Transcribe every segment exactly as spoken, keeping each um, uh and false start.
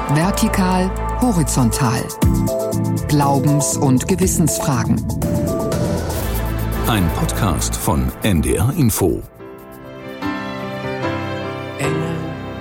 Vertikal, horizontal. Glaubens- und Gewissensfragen. Ein Podcast von N D R Info. Engel,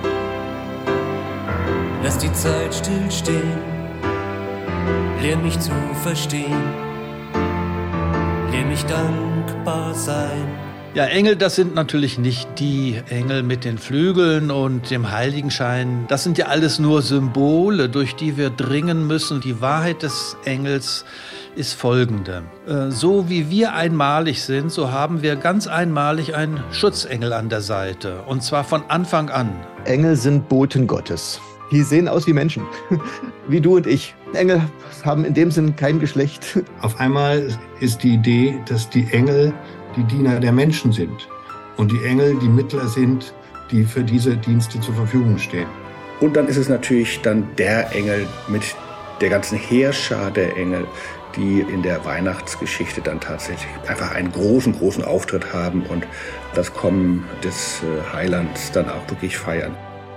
lass die Zeit stillstehen. Lehr mich zu verstehen. Lehr mich dankbar sein. Ja, Engel, das sind natürlich nicht die Engel mit den Flügeln und dem Heiligenschein. Das sind ja alles nur Symbole, durch die wir dringen müssen. Die Wahrheit des Engels ist folgende. So wie wir einmalig sind, so haben wir ganz einmalig einen Schutzengel an der Seite. Und zwar von Anfang an. Engel sind Boten Gottes. Die sehen aus wie Menschen, wie du und ich. Engel haben in dem Sinn kein Geschlecht. Auf einmal ist die Idee, dass die Engel die Diener der Menschen sind und die Engel die Mittler sind, die für diese Dienste zur Verfügung stehen. Und dann ist es natürlich dann der Engel mit der ganzen Heerschar der Engel, die in der Weihnachtsgeschichte dann tatsächlich einfach einen großen, großen Auftritt haben und das Kommen des Heilands dann auch wirklich feiern.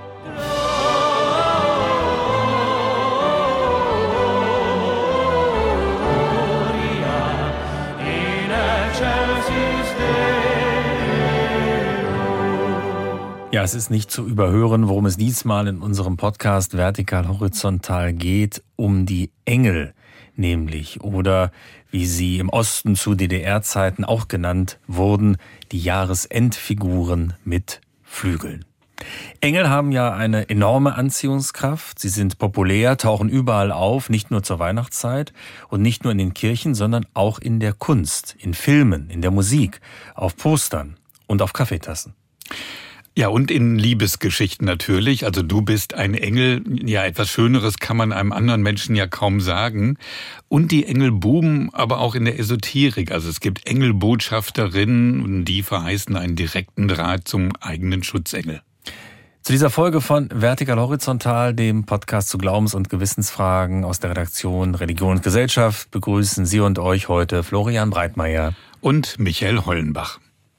Ja, es ist nicht zu überhören, worum es diesmal in unserem Podcast Vertikal Horizontal geht, um die Engel nämlich, oder wie sie im Osten zu D D R-Zeiten auch genannt wurden, die Jahresendfiguren mit Flügeln. Engel haben ja eine enorme Anziehungskraft, sie sind populär, tauchen überall auf, nicht nur zur Weihnachtszeit und nicht nur in den Kirchen, sondern auch in der Kunst, in Filmen, in der Musik, auf Postern und auf Kaffeetassen. Ja, und in Liebesgeschichten natürlich. Also du bist ein Engel. Ja, etwas Schöneres kann man einem anderen Menschen ja kaum sagen. Und die Engel boomen aber auch in der Esoterik. Also es gibt Engelbotschafterinnen und die verheißen einen direkten Draht zum eigenen Schutzengel. Zu dieser Folge von Vertikal Horizontal, dem Podcast zu Glaubens- und Gewissensfragen aus der Redaktion Religion und Gesellschaft, begrüßen Sie und euch heute Florian Breitmeier und Michael Hollenbach.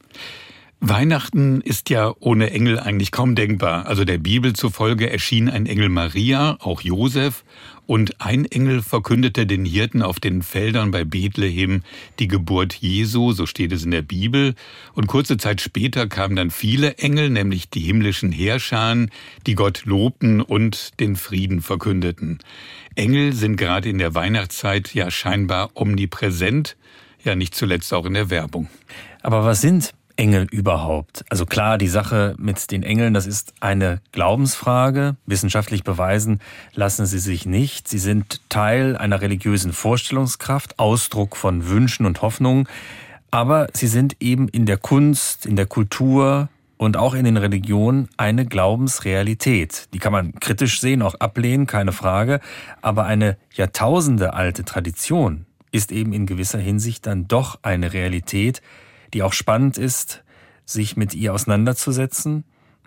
Weihnachten ist ja ohne Engel eigentlich kaum denkbar. Also der Bibel zufolge erschien ein Engel Maria, auch Josef, und ein Engel verkündete den Hirten auf den Feldern bei Bethlehem die Geburt Jesu, so steht es in der Bibel. Und kurze Zeit später kamen dann viele Engel, nämlich die himmlischen Heerscharen, die Gott lobten und den Frieden verkündeten. Engel sind gerade in der Weihnachtszeit ja scheinbar omnipräsent, ja nicht zuletzt auch in der Werbung. Aber was sind Engel überhaupt? Also klar, die Sache mit den Engeln, das ist eine Glaubensfrage. Wissenschaftlich beweisen lassen sie sich nicht. Sie sind Teil einer religiösen Vorstellungskraft, Ausdruck von Wünschen und Hoffnungen. Aber sie sind eben in der Kunst, in der Kultur und auch in den Religionen eine Glaubensrealität. Die kann man kritisch sehen, auch ablehnen, keine Frage. Aber eine Jahrtausende alte Tradition ist eben in gewisser Hinsicht dann doch eine Realität, die auch spannend ist, sich mit ihr auseinanderzusetzen.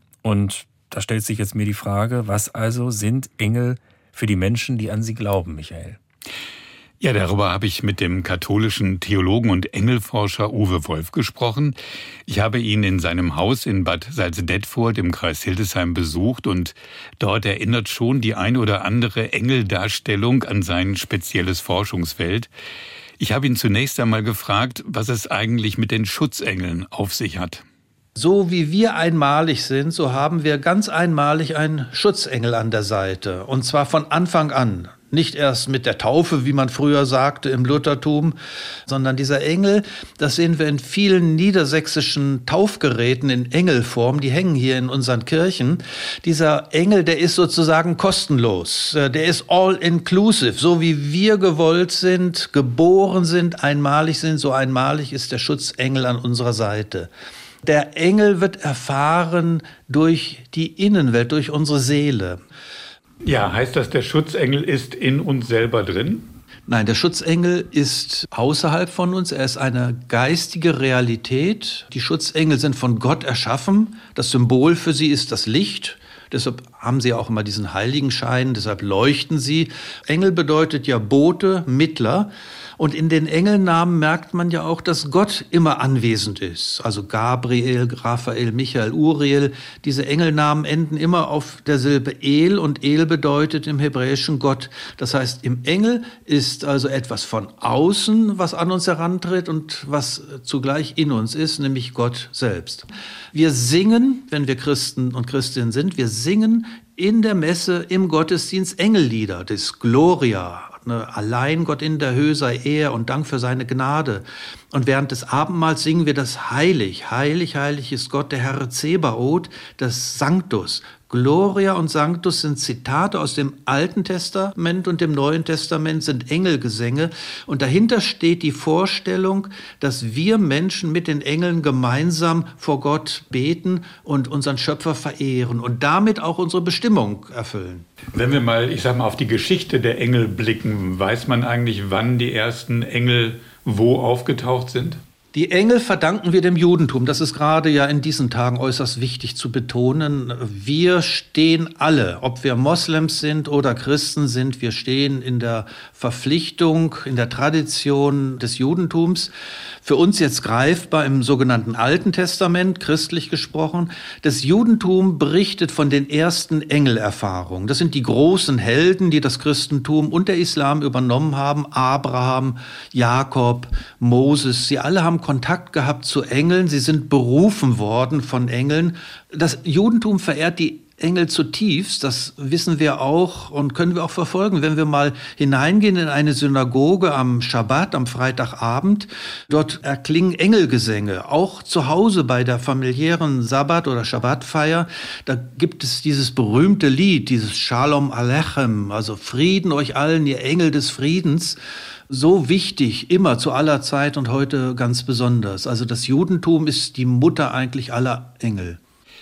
Und da stellt sich jetzt mir die Frage, was also sind Engel für die Menschen, die an sie glauben, Michael? Ja, darüber habe ich mit dem katholischen Theologen und Engelforscher Uwe Wolf gesprochen. Ich habe ihn in seinem Haus in Bad Salzdetfurt im Kreis Hildesheim besucht und dort erinnert schon die ein oder andere Engeldarstellung an sein spezielles Forschungsfeld. Ich habe ihn zunächst einmal gefragt, was es eigentlich mit den Schutzengeln auf sich hat. So wie wir einmalig sind, so haben wir ganz einmalig einen Schutzengel an der Seite. Und zwar von Anfang an. Nicht erst mit der Taufe, wie man früher sagte im Luthertum, sondern dieser Engel, das sehen wir in vielen niedersächsischen Taufgeräten in Engelform, die hängen hier in unseren Kirchen. Dieser Engel, der ist sozusagen kostenlos, der ist all-inclusive, so wie wir gewollt sind, geboren sind, einmalig sind, so einmalig ist der Schutzengel an unserer Seite. Der Engel wird erfahren durch die Innenwelt, durch unsere Seele. Ja, heißt das, der Schutzengel ist in uns selber drin? Nein, der Schutzengel ist außerhalb von uns. Er ist eine geistige Realität. Die Schutzengel sind von Gott erschaffen. Das Symbol für sie ist das Licht. Deshalb haben sie auch immer diesen Heiligenschein, deshalb leuchten sie. Engel bedeutet ja Bote, Mittler. Und in den Engelnamen merkt man ja auch, dass Gott immer anwesend ist. Also Gabriel, Raphael, Michael, Uriel. Diese Engelnamen enden immer auf der Silbe El, und El bedeutet im Hebräischen Gott. Das heißt, im Engel ist also etwas von außen, was an uns herantritt und was zugleich in uns ist, nämlich Gott selbst. Wir singen, wenn wir Christen und Christinnen sind, wir singen in der Messe, im Gottesdienst Engellieder, das Gloria. Allein Gott in der Höhe sei Ehr und Dank für seine Gnade. Und während des Abendmahls singen wir das Heilig, heilig, heilig ist Gott, der Herr Zebaoth, das Sanctus. Gloria und Sanctus sind Zitate aus dem Alten Testament, und dem Neuen Testament sind Engelgesänge. Und dahinter steht die Vorstellung, dass wir Menschen mit den Engeln gemeinsam vor Gott beten und unseren Schöpfer verehren und damit auch unsere Bestimmung erfüllen. Wenn wir mal, ich sag mal, auf die Geschichte der Engel blicken, weiß man eigentlich, wann die ersten Engel wo aufgetaucht sind? Die Engel verdanken wir dem Judentum. Das ist gerade ja in diesen Tagen äußerst wichtig zu betonen. Wir stehen alle, ob wir Moslems sind oder Christen sind, wir stehen in der Verpflichtung, in der Tradition des Judentums. Für uns jetzt greifbar im sogenannten Alten Testament, christlich gesprochen. Das Judentum berichtet von den ersten Engelerfahrungen. Das sind die großen Helden, die das Christentum und der Islam übernommen haben. Abraham, Jakob, Moses, sie alle haben Kontakt gehabt zu Engeln. Sie sind berufen worden von Engeln. Das Judentum verehrt die Engel zutiefst, das wissen wir auch und können wir auch verfolgen. Wenn wir mal hineingehen in eine Synagoge am Schabbat, am Freitagabend, dort erklingen Engelgesänge. Auch zu Hause bei der familiären Sabbat- oder Schabbatfeier, da gibt es dieses berühmte Lied, dieses Shalom Aleichem, also Frieden euch allen, ihr Engel des Friedens. So wichtig, immer, zu aller Zeit und heute ganz besonders. Also das Judentum ist die Mutter eigentlich aller Engel.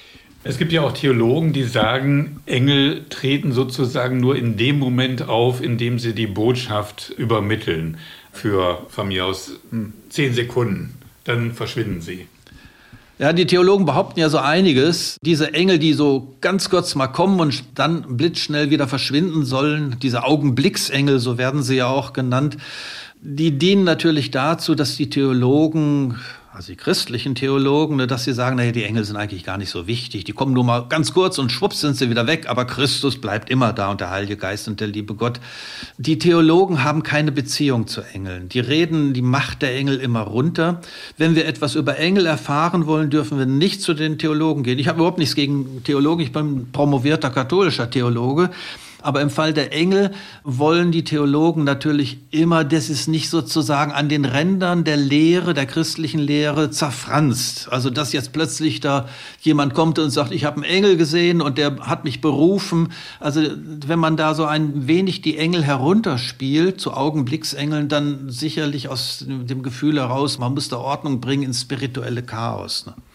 Es gibt ja auch Theologen, die sagen, Engel treten sozusagen nur in dem Moment auf, in dem sie die Botschaft übermitteln. Für, von mir aus, zehn Sekunden. Dann verschwinden sie. Ja, die Theologen behaupten ja so einiges. Diese Engel, die so ganz kurz mal kommen und dann blitzschnell wieder verschwinden sollen, diese Augenblicksengel, so werden sie ja auch genannt, die dienen natürlich dazu, dass die Theologen, also die christlichen Theologen, dass sie sagen, naja, die Engel sind eigentlich gar nicht so wichtig. Die kommen nur mal ganz kurz und schwupps sind sie wieder weg, aber Christus bleibt immer da und der Heilige Geist und der liebe Gott. Die Theologen haben keine Beziehung zu Engeln. Die reden die Macht der Engel immer runter. Wenn wir etwas über Engel erfahren wollen, dürfen wir nicht zu den Theologen gehen. Ich habe überhaupt nichts gegen Theologen, ich bin promovierter katholischer Theologe. Aber im Fall der Engel wollen die Theologen natürlich immer, das ist nicht sozusagen an den Rändern der Lehre, der christlichen Lehre zerfranst. Also dass jetzt plötzlich da jemand kommt und sagt, ich habe einen Engel gesehen und der hat mich berufen. Also wenn man da so ein wenig die Engel herunterspielt, zu Augenblicksengeln, dann sicherlich aus dem Gefühl heraus, man muss da Ordnung bringen ins spirituelle Chaos, ne?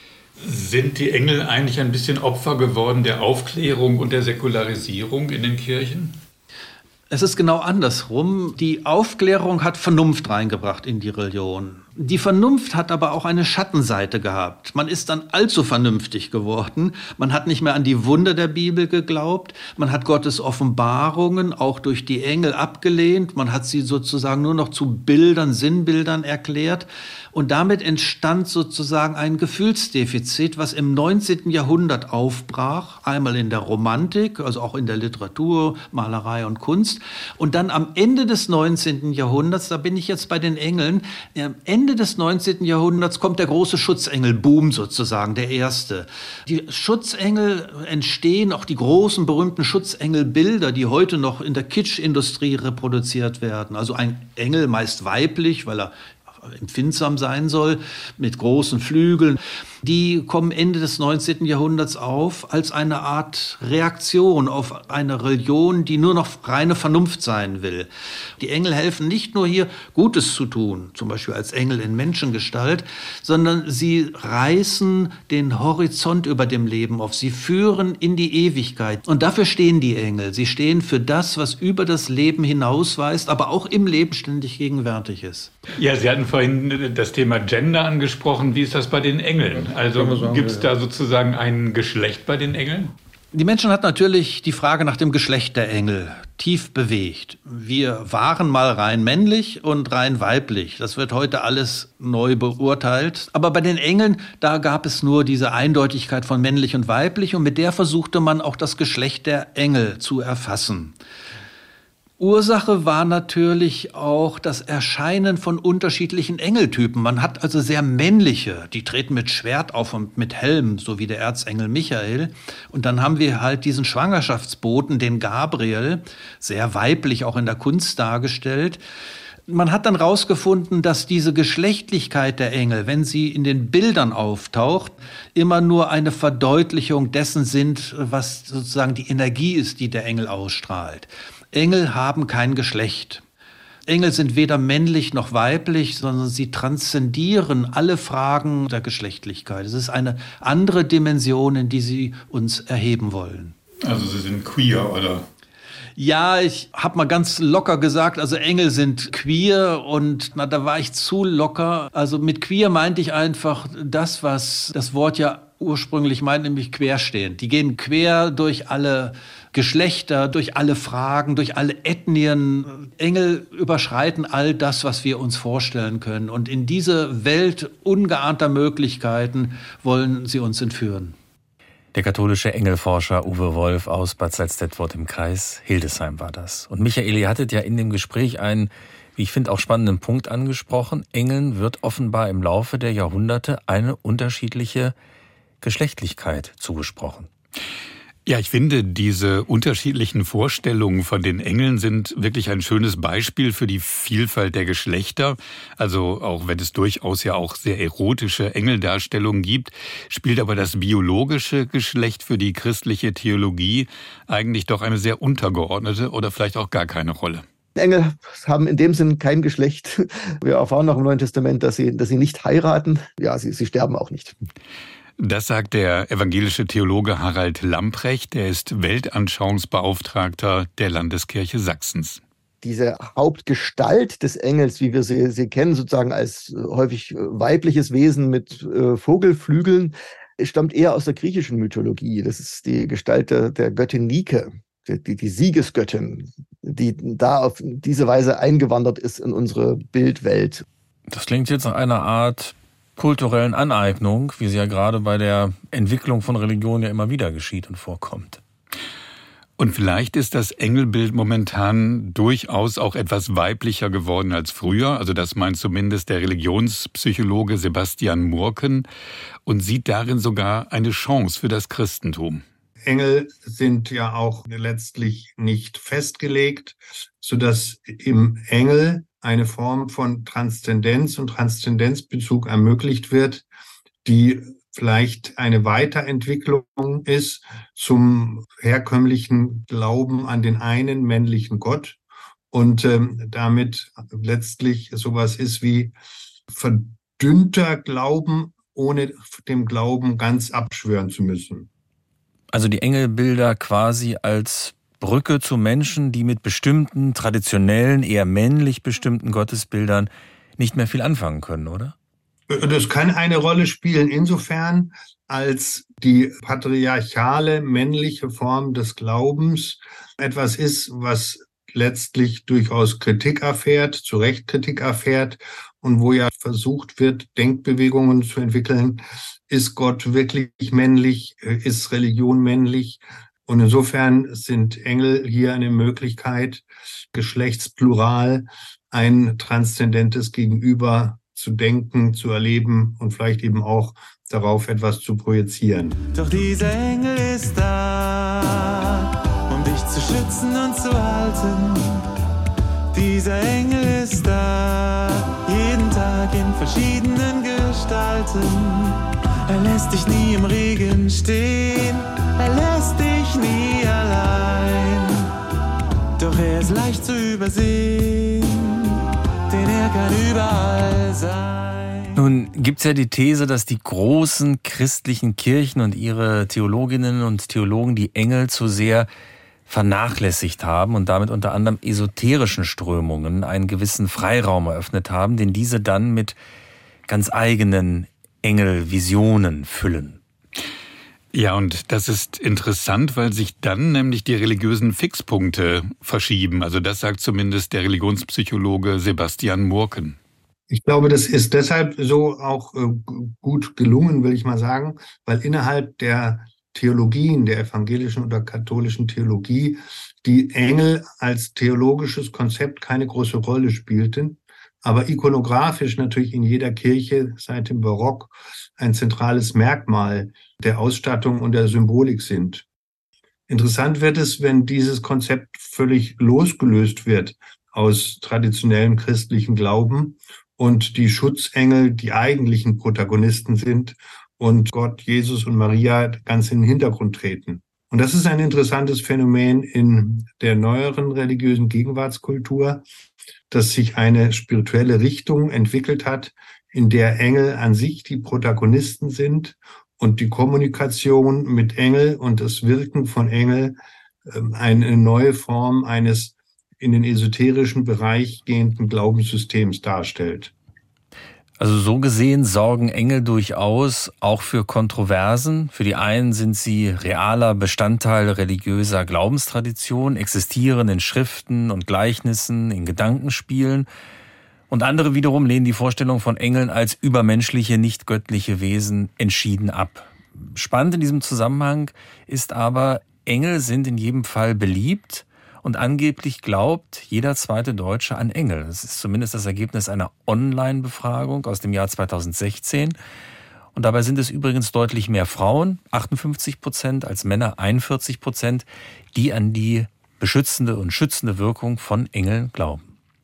Sind die Engel eigentlich ein bisschen Opfer geworden der Aufklärung und der Säkularisierung in den Kirchen? Es ist genau andersrum. Die Aufklärung hat Vernunft reingebracht in die Religion. Die Vernunft hat aber auch eine Schattenseite gehabt. Man ist dann allzu vernünftig geworden. Man hat nicht mehr an die Wunder der Bibel geglaubt. Man hat Gottes Offenbarungen auch durch die Engel abgelehnt. Man hat sie sozusagen nur noch zu Bildern, Sinnbildern erklärt. Und damit entstand sozusagen ein Gefühlsdefizit, was im neunzehnten Jahrhundert aufbrach. Einmal in der Romantik, also auch in der Literatur, Malerei und Kunst. Und dann am Ende des neunzehnten Jahrhunderts, da bin ich jetzt bei den Engeln, am Ende des neunzehnten Jahrhunderts kommt der große Schutzengel-Boom sozusagen, der erste. Die Schutzengel entstehen, auch die großen berühmten Schutzengelbilder, die heute noch in der Kitschindustrie reproduziert werden. Also ein Engel, meist weiblich, weil er empfindsam sein soll, mit großen Flügeln. Die kommen Ende des neunzehnten Jahrhunderts auf als eine Art Reaktion auf eine Religion, die nur noch reine Vernunft sein will. Die Engel helfen nicht nur hier, Gutes zu tun, zum Beispiel als Engel in Menschengestalt, sondern sie reißen den Horizont über dem Leben auf. Sie führen in die Ewigkeit. Und dafür stehen die Engel. Sie stehen für das, was über das Leben hinausweist, aber auch im Leben ständig gegenwärtig ist. Ja, Sie hatten vorhin das Thema Gender angesprochen. Wie ist das bei den Engeln? Also gibt es da sozusagen ein Geschlecht bei den Engeln? Die Menschen hat natürlich die Frage nach dem Geschlecht der Engel tief bewegt. Wir waren mal rein männlich und rein weiblich. Das wird heute alles neu beurteilt. Aber bei den Engeln, da gab es nur diese Eindeutigkeit von männlich und weiblich und mit der versuchte man auch das Geschlecht der Engel zu erfassen. Ursache war natürlich auch das Erscheinen von unterschiedlichen Engeltypen. Man hat also sehr männliche, die treten mit Schwert auf und mit Helm, so wie der Erzengel Michael. Und dann haben wir halt diesen Schwangerschaftsboten, den Gabriel, sehr weiblich auch in der Kunst dargestellt. Man hat dann rausgefunden, dass diese Geschlechtlichkeit der Engel, wenn sie in den Bildern auftaucht, immer nur eine Verdeutlichung dessen sind, was sozusagen die Energie ist, die der Engel ausstrahlt. Engel haben kein Geschlecht. Engel sind weder männlich noch weiblich, sondern sie transzendieren alle Fragen der Geschlechtlichkeit. Es ist eine andere Dimension, in die sie uns erheben wollen. Also sie sind queer, oder? Ja, ich habe mal ganz locker gesagt, also Engel sind queer und na, da war ich zu locker. Also mit queer meinte ich einfach das, was das Wort ja ursprünglich meint, nämlich querstehend. Die gehen quer durch alle Geschlechter, durch alle Fragen, durch alle Ethnien. Engel überschreiten all das, was wir uns vorstellen können. Und in diese Welt ungeahnter Möglichkeiten wollen sie uns entführen. Der katholische Engelforscher Uwe Wolf aus Bad Salzdetford im Kreis Hildesheim war das. Und Michael, ihr hattet ja in dem Gespräch einen, wie ich finde, auch spannenden Punkt angesprochen. Engeln wird offenbar im Laufe der Jahrhunderte eine unterschiedliche Geschlechtlichkeit zugesprochen. Ja, ich finde, diese unterschiedlichen Vorstellungen von den Engeln sind wirklich ein schönes Beispiel für die Vielfalt der Geschlechter. Also auch wenn es durchaus ja auch sehr erotische Engeldarstellungen gibt, spielt aber das biologische Geschlecht für die christliche Theologie eigentlich doch eine sehr untergeordnete oder vielleicht auch gar keine Rolle. Engel haben in dem Sinn kein Geschlecht. Wir erfahren noch im Neuen Testament, dass sie, dass sie nicht heiraten. Ja, sie, sie sterben auch nicht. Das sagt der evangelische Theologe Harald Lamprecht. Er ist Weltanschauungsbeauftragter der Landeskirche Sachsens. Diese Hauptgestalt des Engels, wie wir sie, sie kennen, sozusagen als häufig weibliches Wesen mit äh, Vogelflügeln, stammt eher aus der griechischen Mythologie. Das ist die Gestalt der, der Göttin Nike, die, die Siegesgöttin, die da auf diese Weise eingewandert ist in unsere Bildwelt. Das klingt jetzt nach einer Art kulturellen Aneignung, wie sie ja gerade bei der Entwicklung von Religion ja immer wieder geschieht und vorkommt. Und vielleicht ist das Engelbild momentan durchaus auch etwas weiblicher geworden als früher. Also das meint zumindest der Religionspsychologe Sebastian Murken und sieht darin sogar eine Chance für das Christentum. Engel sind ja auch letztlich nicht festgelegt, sodass im Engel eine Form von Transzendenz und Transzendenzbezug ermöglicht wird, die vielleicht eine Weiterentwicklung ist zum herkömmlichen Glauben an den einen männlichen Gott und ähm, damit letztlich sowas ist wie verdünnter Glauben, ohne dem Glauben ganz abschwören zu müssen. Also die Engelbilder quasi als Brücke zu Menschen, die mit bestimmten traditionellen, eher männlich bestimmten Gottesbildern nicht mehr viel anfangen können, oder? Das kann eine Rolle spielen, insofern, als die patriarchale männliche Form des Glaubens etwas ist, was letztlich durchaus Kritik erfährt, zu Recht Kritik erfährt und wo ja versucht wird, Denkbewegungen zu entwickeln. Ist Gott wirklich männlich? Ist Religion männlich? Und insofern sind Engel hier eine Möglichkeit, geschlechtsplural ein transzendentes Gegenüber zu denken, zu erleben und vielleicht eben auch darauf etwas zu projizieren. Doch dieser Engel ist da, um dich zu schützen und zu halten. Dieser Engel ist da, jeden Tag in verschiedenen Gestalten. Er lässt dich nie im Regen stehen, er lässt dich nie allein. Doch er ist leicht zu übersehen, denn er kann überall sein. Nun gibt's ja die These, dass die großen christlichen Kirchen und ihre Theologinnen und Theologen die Engel zu sehr vernachlässigt haben und damit unter anderem esoterischen Strömungen einen gewissen Freiraum eröffnet haben, den diese dann mit ganz eigenen Engelvisionen füllen. Ja, und das ist interessant, weil sich dann nämlich die religiösen Fixpunkte verschieben. Also das sagt zumindest der Religionspsychologe Sebastian Murken. Ich glaube, das ist deshalb so auch äh, gut gelungen, will ich mal sagen, weil innerhalb der Theologien, der evangelischen oder katholischen Theologie, die Engel als theologisches Konzept keine große Rolle spielten, aber ikonografisch natürlich in jeder Kirche seit dem Barock ein zentrales Merkmal der Ausstattung und der Symbolik sind. Interessant wird es, wenn dieses Konzept völlig losgelöst wird aus traditionellem christlichen Glauben und die Schutzengel die eigentlichen Protagonisten sind und Gott, Jesus und Maria ganz in den Hintergrund treten. Und das ist ein interessantes Phänomen in der neueren religiösen Gegenwartskultur, dass sich eine spirituelle Richtung entwickelt hat, in der Engel an sich die Protagonisten sind und die Kommunikation mit Engel und das Wirken von Engel eine neue Form eines in den esoterischen Bereich gehenden Glaubenssystems darstellt. Also so gesehen sorgen Engel durchaus auch für Kontroversen. Für die einen sind sie realer Bestandteil religiöser Glaubenstradition, existieren in Schriften und Gleichnissen, in Gedankenspielen. Und andere wiederum lehnen die Vorstellung von Engeln als übermenschliche, nicht göttliche Wesen entschieden ab. Spannend in diesem Zusammenhang ist aber, Engel sind in jedem Fall beliebt. Und angeblich glaubt jeder zweite Deutsche an Engel. Das ist zumindest das Ergebnis einer Online-Befragung aus dem Jahr zweitausendsechzehn. Und dabei sind es übrigens deutlich mehr Frauen, achtundfünfzig Prozent, als Männer, einundvierzig Prozent, die an die beschützende und schützende Wirkung von Engeln glauben.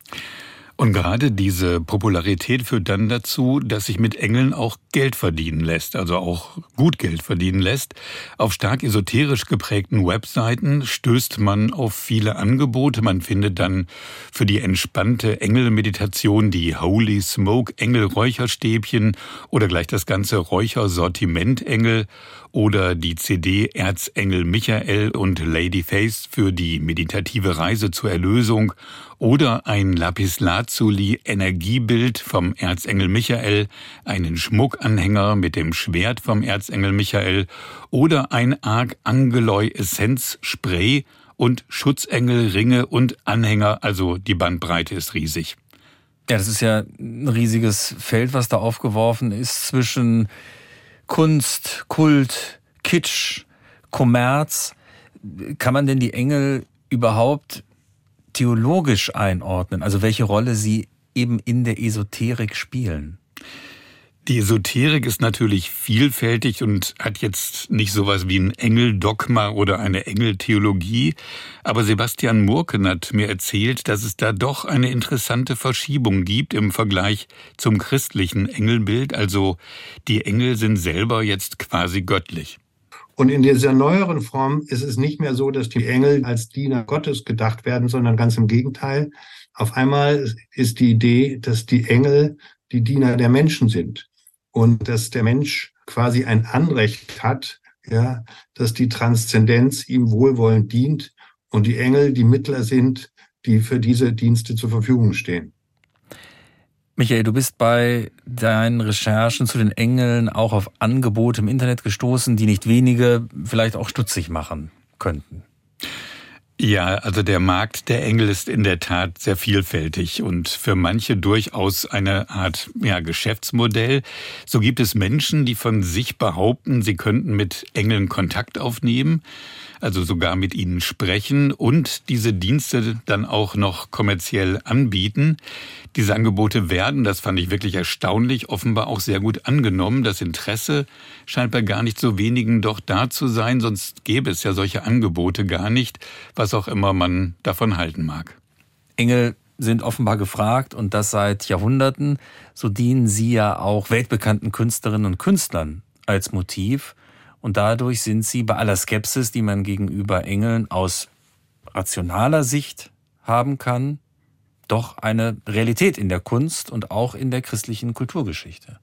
Und gerade diese Popularität führt dann dazu, dass sich mit Engeln auch Geld verdienen lässt, also auch gut Geld verdienen lässt. Auf stark esoterisch geprägten Webseiten stößt man auf viele Angebote. Man findet dann für die entspannte Engelmeditation die Holy Smoke Engel-Räucherstäbchen oder gleich das ganze Räuchersortiment-Engel oder die C D Erzengel Michael und Lady Face für die meditative Reise zur Erlösung oder ein Lapislazuli Energiebild vom Erzengel Michael, einen Schmuckanhänger mit dem Schwert vom Erzengel Michael oder ein Archangeloi Essenz Spray und Schutzengelringe und Anhänger, also die Bandbreite ist riesig. Ja, das ist ja ein riesiges Feld, was da aufgeworfen ist zwischen Kunst, Kult, Kitsch, Kommerz. Kann man denn die Engel überhaupt theologisch einordnen? Also welche Rolle sie eben in der Esoterik spielen? Die Esoterik ist natürlich vielfältig und hat jetzt nicht sowas wie ein Engeldogma oder eine Engeltheologie. Aber Sebastian Murken hat mir erzählt, dass es da doch eine interessante Verschiebung gibt im Vergleich zum christlichen Engelbild. Also die Engel sind selber jetzt quasi göttlich. Und in dieser neueren Form ist es nicht mehr so, dass die Engel als Diener Gottes gedacht werden, sondern ganz im Gegenteil. Auf einmal ist die Idee, dass die Engel die Diener der Menschen sind. Und dass der Mensch quasi ein Anrecht hat, ja, dass die Transzendenz ihm wohlwollend dient und die Engel die Mittler sind, die für diese Dienste zur Verfügung stehen. Michael, du bist bei deinen Recherchen zu den Engeln auch auf Angebote im Internet gestoßen, die nicht wenige vielleicht auch stutzig machen könnten. Ja, also der Markt der Engel ist in der Tat sehr vielfältig und für manche durchaus eine Art ja, Geschäftsmodell. So gibt es Menschen, die von sich behaupten, sie könnten mit Engeln Kontakt aufnehmen, also sogar mit ihnen sprechen und diese Dienste dann auch noch kommerziell anbieten. Diese Angebote werden, das fand ich wirklich erstaunlich, offenbar auch sehr gut angenommen. Das Interesse scheint bei gar nicht so wenigen doch da zu sein, sonst gäbe es ja solche Angebote gar nicht, was auch immer man davon halten mag. Engel sind offenbar gefragt und das seit Jahrhunderten. So dienen sie ja auch weltbekannten Künstlerinnen und Künstlern als Motiv. Und dadurch sind sie bei aller Skepsis, die man gegenüber Engeln aus rationaler Sicht haben kann, doch eine Realität in der Kunst und auch in der christlichen Kulturgeschichte.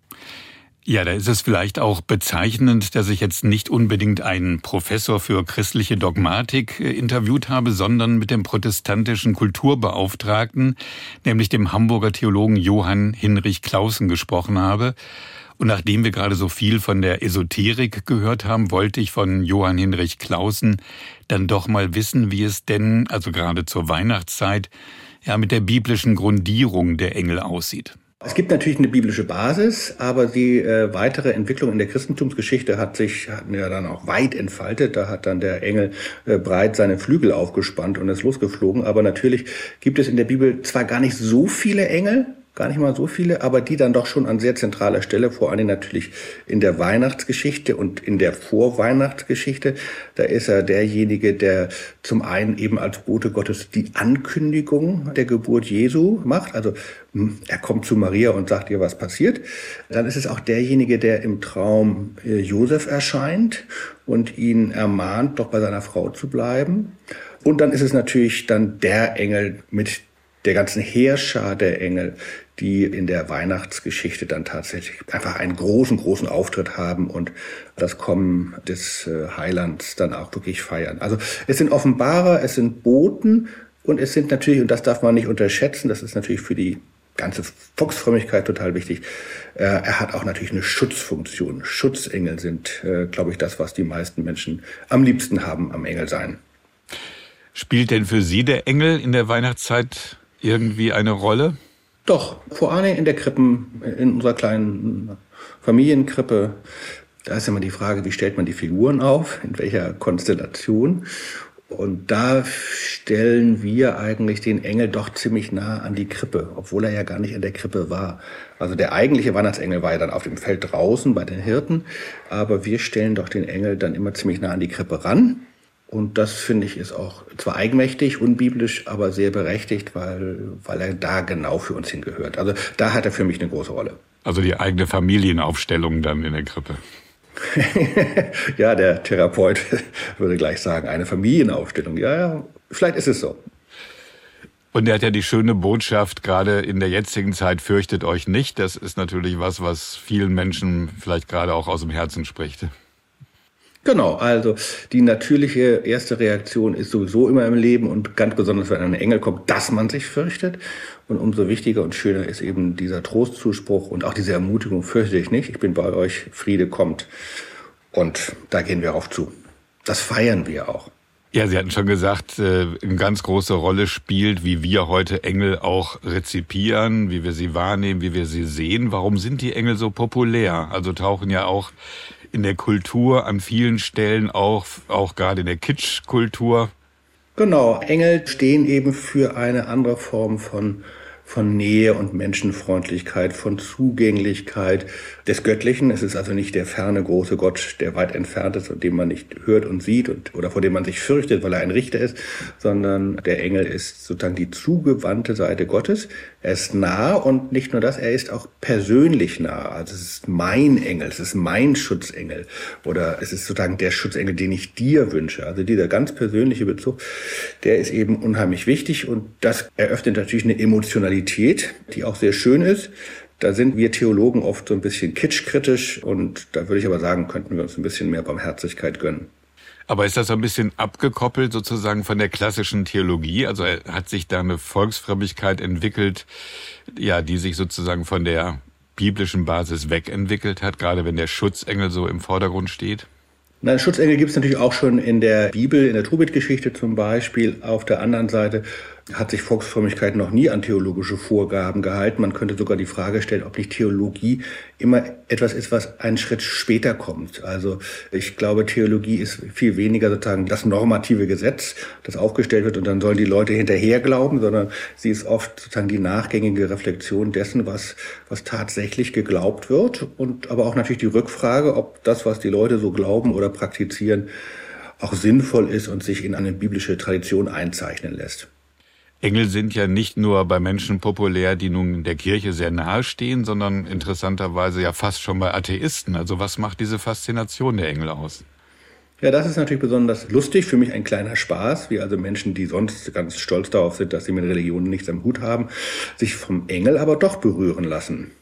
Ja, da ist es vielleicht auch bezeichnend, dass ich jetzt nicht unbedingt einen Professor für christliche Dogmatik interviewt habe, sondern mit dem protestantischen Kulturbeauftragten, nämlich dem Hamburger Theologen Johann Hinrich Clausen gesprochen habe. Und nachdem wir gerade so viel von der Esoterik gehört haben, wollte ich von Johann Hinrich Clausen dann doch mal wissen, wie es denn, also gerade zur Weihnachtszeit, ja, mit der biblischen Grundierung der Engel aussieht. Es gibt natürlich eine biblische Basis, aber die äh, weitere Entwicklung in der Christentumsgeschichte hat sich hat ja dann auch weit entfaltet. Da hat dann der Engel äh, breit seine Flügel aufgespannt und ist losgeflogen. Aber natürlich gibt es in der Bibel zwar gar nicht so viele Engel, gar nicht mal so viele, aber die dann doch schon an sehr zentraler Stelle, vor allem natürlich in der Weihnachtsgeschichte und in der Vorweihnachtsgeschichte. Da ist er derjenige, der zum einen eben als Bote Gottes die Ankündigung der Geburt Jesu macht. Also er kommt zu Maria und sagt ihr, was passiert. Dann ist es auch derjenige, der im Traum Josef erscheint und ihn ermahnt, doch bei seiner Frau zu bleiben. Und dann ist es natürlich dann der Engel mit der ganzen Heerschar der Engel, die in der Weihnachtsgeschichte dann tatsächlich einfach einen großen, großen Auftritt haben und das Kommen des Heilands dann auch wirklich feiern. Also es sind Offenbarer, es sind Boten und es sind natürlich, und das darf man nicht unterschätzen, das ist natürlich für die ganze Volksfrömmigkeit total wichtig, er hat auch natürlich eine Schutzfunktion. Schutzengel sind, glaube ich, das, was die meisten Menschen am liebsten haben am Engelsein. Spielt denn für Sie der Engel in der Weihnachtszeit irgendwie eine Rolle? Doch, vor allem in der Krippen, in unserer kleinen Familienkrippe. Da ist immer die Frage, wie stellt man die Figuren auf, in welcher Konstellation. Und da stellen wir eigentlich den Engel doch ziemlich nah an die Krippe, obwohl er ja gar nicht in der Krippe war. Also der eigentliche Weihnachtsengel war ja dann auf dem Feld draußen bei den Hirten, aber wir stellen doch den Engel dann immer ziemlich nah an die Krippe ran. Und das, finde ich, ist auch zwar eigenmächtig, unbiblisch, aber sehr berechtigt, weil, weil er da genau für uns hingehört. Also da hat er für mich eine große Rolle. Also die eigene Familienaufstellung dann in der Krippe. Ja, der Therapeut würde gleich sagen, eine Familienaufstellung. Ja, ja, vielleicht ist es so. Und er hat ja die schöne Botschaft, gerade in der jetzigen Zeit, fürchtet euch nicht. Das ist natürlich was, was vielen Menschen vielleicht gerade auch aus dem Herzen spricht. Genau, also die natürliche erste Reaktion ist sowieso immer im Leben und ganz besonders, wenn ein Engel kommt, dass man sich fürchtet. Und umso wichtiger und schöner ist eben dieser Trostzuspruch und auch diese Ermutigung, fürchte dich nicht, ich bin bei euch, Friede kommt. Und da gehen wir auf zu. Das feiern wir auch. Ja, Sie hatten schon gesagt, eine ganz große Rolle spielt, wie wir heute Engel auch rezipieren, wie wir sie wahrnehmen, wie wir sie sehen. Warum sind die Engel so populär? Also tauchen ja auch in der Kultur an vielen Stellen auf, auch gerade in der Kitschkultur. Genau, Engel stehen eben für eine andere Form von von Nähe und Menschenfreundlichkeit, von Zugänglichkeit des Göttlichen. Es ist also nicht der ferne große Gott, der weit entfernt ist und den man nicht hört und sieht und oder vor dem man sich fürchtet, weil er ein Richter ist, sondern der Engel ist sozusagen die zugewandte Seite Gottes. Er ist nah und nicht nur das, er ist auch persönlich nah. Also es ist mein Engel, es ist mein Schutzengel oder es ist sozusagen der Schutzengel, den ich dir wünsche. Also dieser ganz persönliche Bezug, der ist eben unheimlich wichtig und das eröffnet natürlich eine Emotionalität, die auch sehr schön ist. Da sind wir Theologen oft so ein bisschen kitschkritisch und da würde ich aber sagen, könnten wir uns ein bisschen mehr Barmherzigkeit gönnen. Aber ist das so ein bisschen abgekoppelt sozusagen von der klassischen Theologie? Also hat sich da eine Volksfrömmigkeit entwickelt, ja, die sich sozusagen von der biblischen Basis wegentwickelt hat, gerade wenn der Schutzengel so im Vordergrund steht? Na, Schutzengel gibt es natürlich auch schon in der Bibel, in der Tobit-Geschichte zum Beispiel. Auf der anderen Seite hat sich Volksfrömmigkeit noch nie an theologische Vorgaben gehalten. Man könnte sogar die Frage stellen, ob nicht Theologie immer etwas ist, was einen Schritt später kommt. Also ich glaube, Theologie ist viel weniger sozusagen das normative Gesetz, das aufgestellt wird und dann sollen die Leute hinterher glauben, sondern sie ist oft sozusagen die nachgängige Reflexion dessen, was, was tatsächlich geglaubt wird und aber auch natürlich die Rückfrage, ob das, was die Leute so glauben oder praktizieren, auch sinnvoll ist und sich in eine biblische Tradition einzeichnen lässt. Engel sind ja nicht nur bei Menschen populär, die nun der Kirche sehr nahe stehen, sondern interessanterweise ja fast schon bei Atheisten. Also was macht diese Faszination der Engel aus? Ja, das ist natürlich besonders lustig, für mich ein kleiner Spaß, wie also Menschen, die sonst ganz stolz darauf sind, dass sie mit Religionen nichts am Hut haben, sich vom Engel aber doch berühren lassen.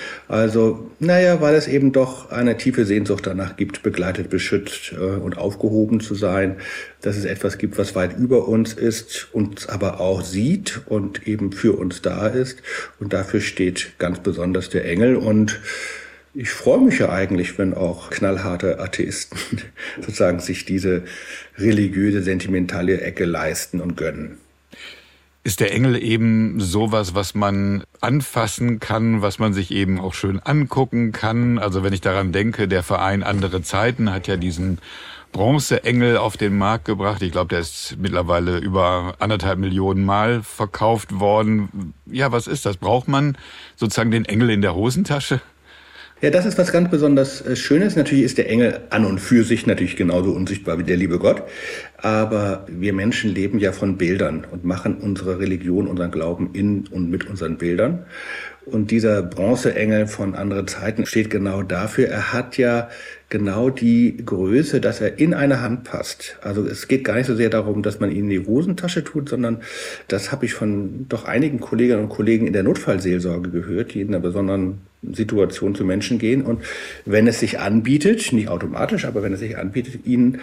Also, naja, weil es eben doch eine tiefe Sehnsucht danach gibt, begleitet, beschützt äh, und aufgehoben zu sein, dass es etwas gibt, was weit über uns ist, uns aber auch sieht und eben für uns da ist. Und dafür steht ganz besonders der Engel. Und Ich freue mich ja eigentlich, wenn auch knallharte Atheisten sozusagen sich diese religiöse, sentimentale Ecke leisten und gönnen. Ist der Engel eben sowas, was man anfassen kann, was man sich eben auch schön angucken kann? Also wenn ich daran denke, der Verein Andere Zeiten hat ja diesen Bronzeengel auf den Markt gebracht. Ich glaube, der ist mittlerweile über anderthalb Millionen Mal verkauft worden. Ja, was ist das? Braucht man sozusagen den Engel in der Hosentasche? Ja, das ist was ganz besonders Schönes. Natürlich ist der Engel an und für sich natürlich genauso unsichtbar wie der liebe Gott. Aber wir Menschen leben ja von Bildern und machen unsere Religion, unseren Glauben in und mit unseren Bildern. Und dieser Bronzeengel von Andere Zeiten steht genau dafür. Er hat ja genau die Größe, dass er in eine Hand passt. Also es geht gar nicht so sehr darum, dass man ihn in die Hosentasche tut, sondern das habe ich von doch einigen Kolleginnen und Kollegen in der Notfallseelsorge gehört, die in einer besonderen Situation zu Menschen gehen. Und wenn es sich anbietet, nicht automatisch, aber wenn es sich anbietet, ihnen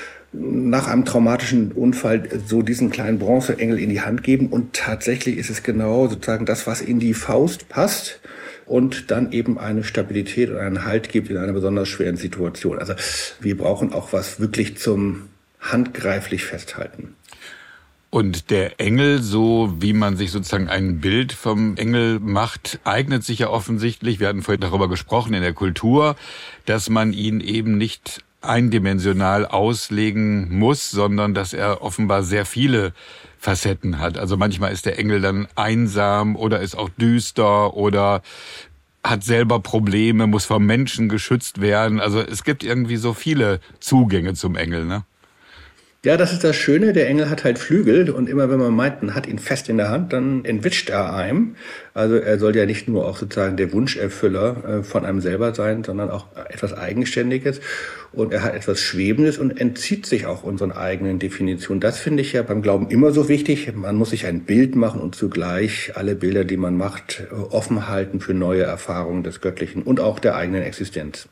nach einem traumatischen Unfall so diesen kleinen Bronzeengel in die Hand geben. Und tatsächlich ist es genau sozusagen das, was in die Faust passt und dann eben eine Stabilität und einen Halt gibt in einer besonders schweren Situation. Also wir brauchen auch was wirklich zum handgreiflich festhalten. Und der Engel, so wie man sich sozusagen ein Bild vom Engel macht, eignet sich ja offensichtlich, wir hatten vorhin darüber gesprochen, in der Kultur, dass man ihn eben nicht eindimensional auslegen muss, sondern dass er offenbar sehr viele Facetten hat. Also manchmal ist der Engel dann einsam oder ist auch düster oder hat selber Probleme, muss vom Menschen geschützt werden. Also es gibt irgendwie so viele Zugänge zum Engel, ne? Ja, das ist das Schöne. Der Engel hat halt Flügel und immer wenn man meint, man hat ihn fest in der Hand, dann entwischt er einem. Also er soll ja nicht nur auch sozusagen der Wunscherfüller von einem selber sein, sondern auch etwas Eigenständiges. Und er hat etwas Schwebendes und entzieht sich auch unseren eigenen Definitionen. Das finde ich ja beim Glauben immer so wichtig. Man muss sich ein Bild machen und zugleich alle Bilder, die man macht, offen halten für neue Erfahrungen des Göttlichen und auch der eigenen Existenz.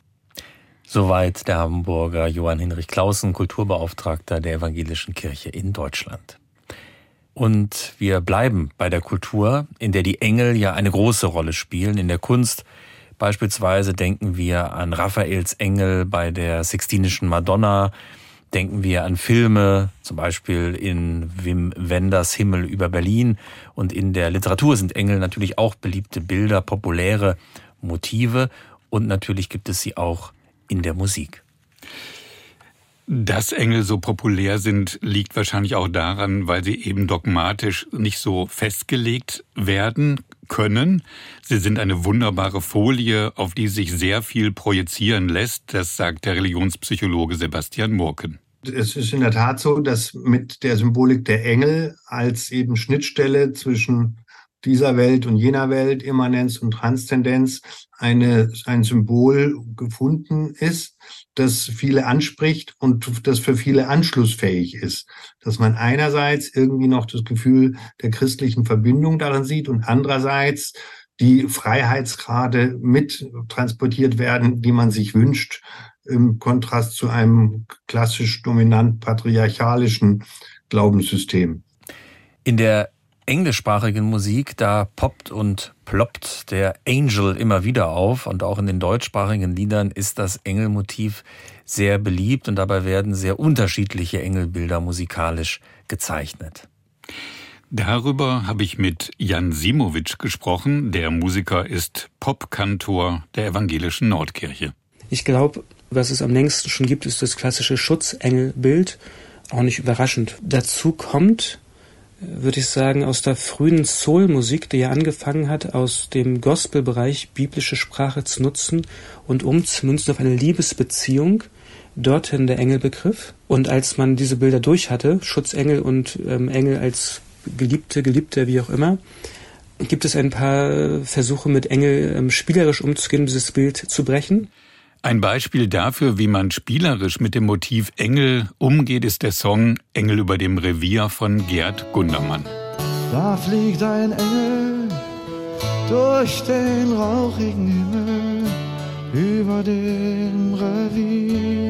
Soweit der Hamburger Johann Hinrich Claussen, Kulturbeauftragter der Evangelischen Kirche in Deutschland. Und wir bleiben bei der Kultur, in der die Engel ja eine große Rolle spielen. In der Kunst beispielsweise denken wir an Raffaels Engel bei der Sixtinischen Madonna, denken wir an Filme, zum Beispiel in Wim Wenders Himmel über Berlin. Und in der Literatur sind Engel natürlich auch beliebte Bilder, populäre Motive. Und natürlich gibt es sie auch in der Musik. Dass Engel so populär sind, liegt wahrscheinlich auch daran, weil sie eben dogmatisch nicht so festgelegt werden können. Sie sind eine wunderbare Folie, auf die sich sehr viel projizieren lässt. Das sagt der Religionspsychologe Sebastian Murken. Es ist in der Tat so, dass mit der Symbolik der Engel als eben Schnittstelle zwischen dieser Welt und jener Welt, Immanenz und Transzendenz, eine, ein Symbol gefunden ist, das viele anspricht und das für viele anschlussfähig ist. Dass man einerseits irgendwie noch das Gefühl der christlichen Verbindung darin sieht und andererseits die Freiheitsgrade mit transportiert werden, die man sich wünscht, im Kontrast zu einem klassisch dominant patriarchalischen Glaubenssystem. In der englischsprachigen Musik, da poppt und ploppt der Angel immer wieder auf und auch in den deutschsprachigen Liedern ist das Engelmotiv sehr beliebt und dabei werden sehr unterschiedliche Engelbilder musikalisch gezeichnet. Darüber habe ich mit Jan Simowitsch gesprochen. Der Musiker ist Popkantor der Evangelischen Nordkirche. Ich glaube, was es am längsten schon gibt, ist das klassische Schutzengelbild. Auch nicht überraschend. Dazu kommt, würde ich sagen, aus der frühen Soul-Musik, die ja angefangen hat, aus dem Gospel-Bereich biblische Sprache zu nutzen und umzumünzen auf eine Liebesbeziehung, dorthin der Engelbegriff. Und als man diese Bilder durch hatte, Schutzengel und ähm, Engel als Geliebte, Geliebte, wie auch immer, gibt es ein paar Versuche mit Engel ähm, spielerisch umzugehen, dieses Bild zu brechen. Ein Beispiel dafür, wie man spielerisch mit dem Motiv Engel umgeht, ist der Song Engel über dem Revier von Gerd Gundermann. Da fliegt ein Engel durch den rauchigen Himmel über dem Revier.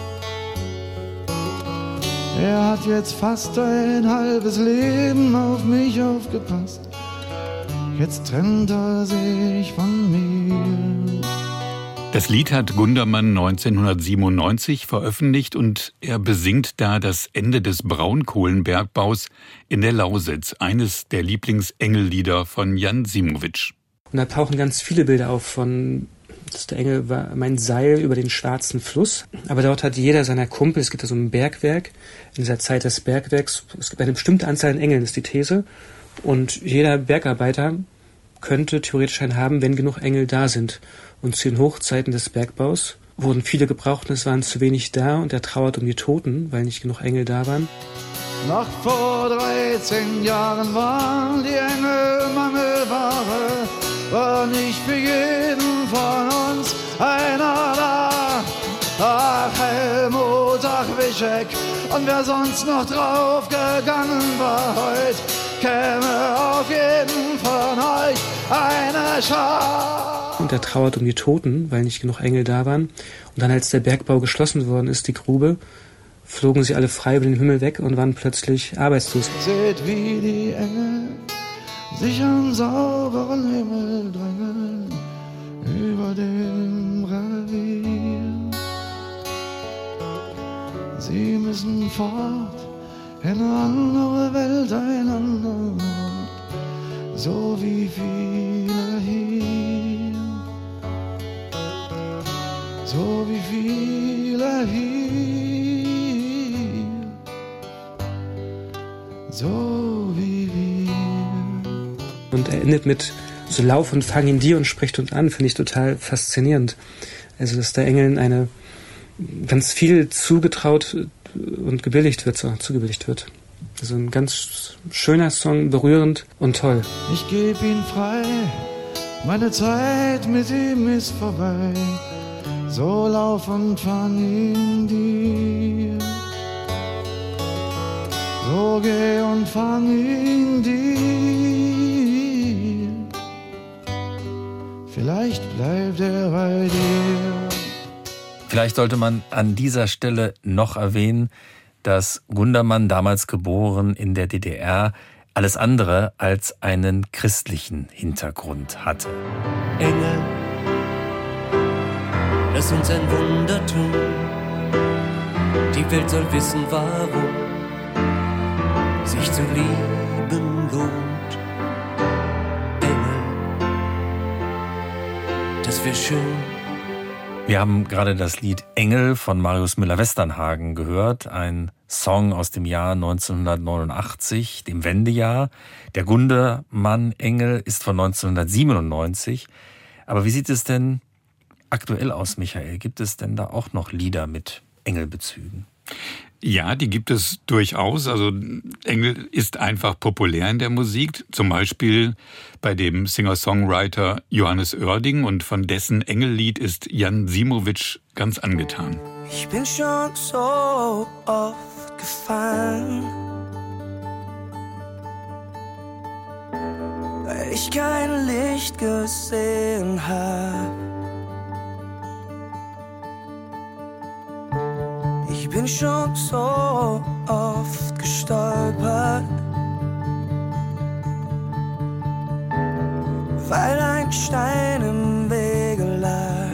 Er hat jetzt fast ein halbes Leben auf mich aufgepasst. Jetzt trennt er sich von mir. Das Lied hat Gundermann neunzehnhundertsiebenundneunzig veröffentlicht und er besingt da das Ende des Braunkohlenbergbaus in der Lausitz, eines der Lieblingsengellieder von Jan Simowitsch. Und da tauchen ganz viele Bilder auf von, dass der Engel war mein Seil über den schwarzen Fluss. Aber dort hat jeder seiner Kumpel, es gibt da so ein Bergwerk, in dieser Zeit des Bergwerks, es gibt eine bestimmte Anzahl an Engeln, ist die These. Und jeder Bergarbeiter könnte theoretisch einen haben, wenn genug Engel da sind. Und zu den Hochzeiten des Bergbaus wurden viele gebraucht und es waren zu wenig da und er trauert um die Toten, weil nicht genug Engel da waren. Noch vor dreizehn Jahren waren die Engel Mangelware, war nicht für jeden von uns einer da. Ach Helmut, ach Wischek und wer sonst noch draufgegangen war heut, käme auf jeden von euch eine Schar. Und er trauert um die Toten, weil nicht genug Engel da waren. Und dann, als der Bergbau geschlossen worden ist, die Grube, flogen sie alle frei über den Himmel weg und waren plötzlich arbeitslos. Seht, wie die Engel sich am sauberen Himmel drängen, über dem Revier. Sie müssen fort in eine andere Welt, ein anderer Ort, so wie viele hier. So wie viele hier, so wie wir. Und er endet mit so lauf und fang in dir und spricht uns an, finde ich total faszinierend. Also, dass der Engeln eine ganz viel zugetraut und gebilligt wird, so, zugebilligt wird. Also ein ganz schöner Song, berührend und toll. Ich geb ihn frei, meine Zeit mit ihm ist vorbei. So lauf und fang in dir, so geh und fang in dir, vielleicht bleibt er bei dir. Vielleicht sollte man an dieser Stelle noch erwähnen, dass Gundermann, damals geboren in der D D R, alles andere als einen christlichen Hintergrund hatte. Engel, lass uns ein Wunder tun. Die Welt soll wissen, warum sich zu lieben lohnt. Engel, das wär schön. Wir haben gerade das Lied Engel von Marius Müller-Westernhagen gehört, ein Song aus dem Jahr neunzehnhundertneunundachtzig, dem Wendejahr. Der Gundermann-Engel ist von neunzehnhundertsiebenundneunzig. Aber wie sieht es denn aktuell aus, Michael? Gibt es denn da auch noch Lieder mit Engelbezügen? Ja, die gibt es durchaus. Also Engel ist einfach populär in der Musik. Zum Beispiel bei dem Singer-Songwriter Johannes Oerding, und von dessen Engellied ist Jan Simowitsch ganz angetan. Ich bin schon so oft gefallen, weil ich kein Licht gesehen habe. Ich bin schon so oft gestolpert, weil ein Stein im Wege lag.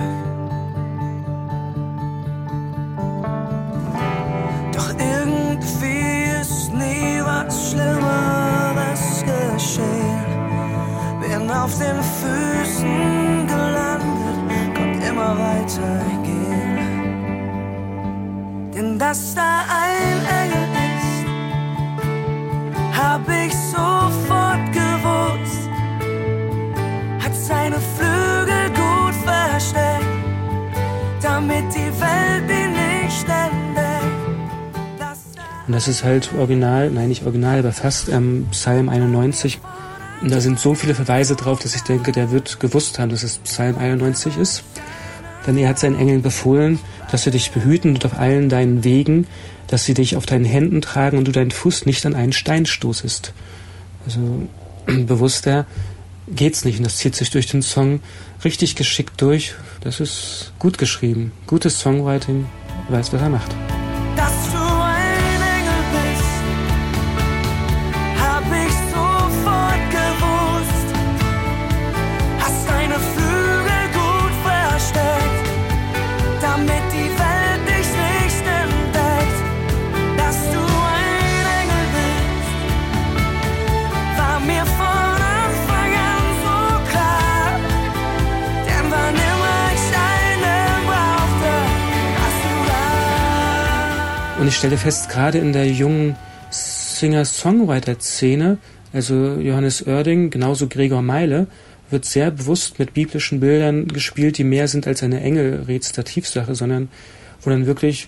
Doch irgendwie ist nie was Schlimmeres geschehen. Bin auf den Füßen gelandet, konnte immer weitergehen. Denn dass da ein Engel ist, hab ich sofort gewusst. Hat seine Flügel gut versteckt, damit die Welt ihn nicht entdeckt. Und das ist halt original, nein nicht original, aber fast ähm, Psalm einundneunzig. Und da sind so viele Verweise drauf, dass ich denke, der wird gewusst haben, dass es Psalm einundneunzig ist. Denn er hat seinen Engeln befohlen, dass sie dich behüten und auf allen deinen Wegen, dass sie dich auf deinen Händen tragen und du deinen Fuß nicht an einen Stein stoßest. Also bewusster geht's nicht. Und das zieht sich durch den Song richtig geschickt durch. Das ist gut geschrieben. Gutes Songwriting, weiß, was er macht. Dass du ein Engel bist, hab ich sofort gewusst. Hast deine Flügel gut versteckt, ich stelle fest, gerade in der jungen Singer-Songwriter-Szene, also Johannes Oerding, genauso Gregor Meile, wird sehr bewusst mit biblischen Bildern gespielt, die mehr sind als eine Engel-Rezitativsache, sondern wo dann wirklich,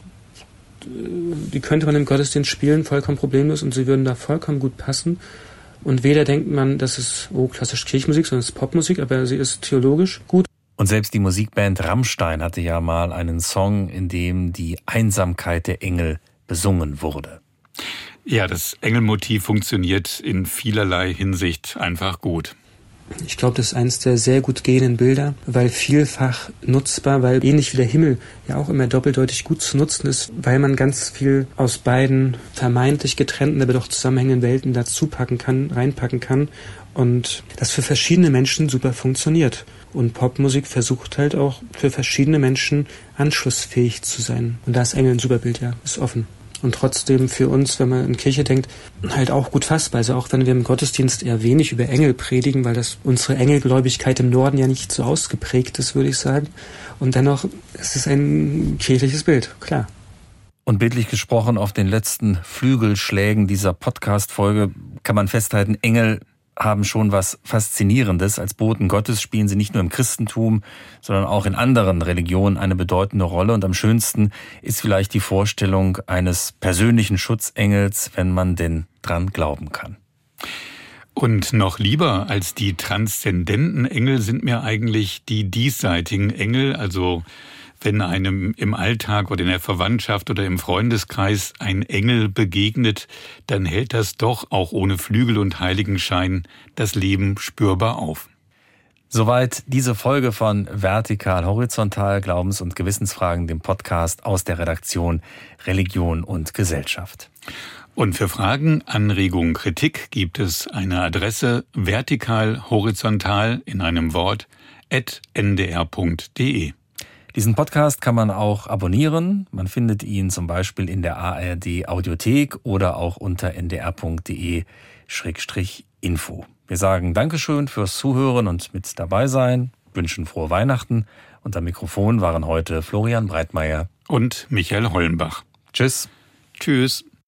die könnte man im Gottesdienst spielen, vollkommen problemlos, und sie würden da vollkommen gut passen. Und weder denkt man, das ist oh, klassisch Kirchenmusik, sondern es ist Popmusik, aber sie ist theologisch gut. Und selbst die Musikband Rammstein hatte ja mal einen Song, in dem die Einsamkeit der Engel besungen wurde. Ja, das Engelmotiv funktioniert in vielerlei Hinsicht einfach gut. Ich glaube, das ist eines der sehr gut gehenden Bilder, weil vielfach nutzbar, weil ähnlich wie der Himmel ja auch immer doppeldeutig gut zu nutzen ist, weil man ganz viel aus beiden vermeintlich getrennten, aber doch zusammenhängenden Welten dazu packen kann, reinpacken kann und das für verschiedene Menschen super funktioniert. Und Popmusik versucht halt auch für verschiedene Menschen anschlussfähig zu sein. Und da ist Engel ein super Bild, ja, ist offen. Und trotzdem für uns, wenn man in Kirche denkt, halt auch gut fassbar. Also auch wenn wir im Gottesdienst eher wenig über Engel predigen, weil das unsere Engelgläubigkeit im Norden ja nicht so ausgeprägt ist, würde ich sagen. Und dennoch ist es ein kirchliches Bild, klar. Und bildlich gesprochen, auf den letzten Flügelschlägen dieser Podcast-Folge kann man festhalten, Engel haben schon was Faszinierendes. Als Boten Gottes spielen sie nicht nur im Christentum, sondern auch in anderen Religionen eine bedeutende Rolle. Und am schönsten ist vielleicht die Vorstellung eines persönlichen Schutzengels, wenn man denn dran glauben kann. Und noch lieber als die transzendenten Engel sind mir eigentlich die diesseitigen Engel, also wenn einem im Alltag oder in der Verwandtschaft oder im Freundeskreis ein Engel begegnet, dann hält das doch auch ohne Flügel und Heiligenschein das Leben spürbar auf. Soweit diese Folge von Vertikal Horizontal, Glaubens- und Gewissensfragen, dem Podcast aus der Redaktion Religion und Gesellschaft. Und für Fragen, Anregungen, Kritik gibt es eine Adresse vertikal horizontal in einem Wort at n d r punkt d e. Diesen Podcast kann man auch abonnieren. Man findet ihn zum Beispiel in der A R D Audiothek oder auch unter n d r punkt d e Schrägstrich info. Wir sagen Dankeschön fürs Zuhören und mit dabei sein, wünschen frohe Weihnachten. Und am Mikrofon waren heute Florian Breitmeier und Michael Hollenbach. Tschüss. Tschüss.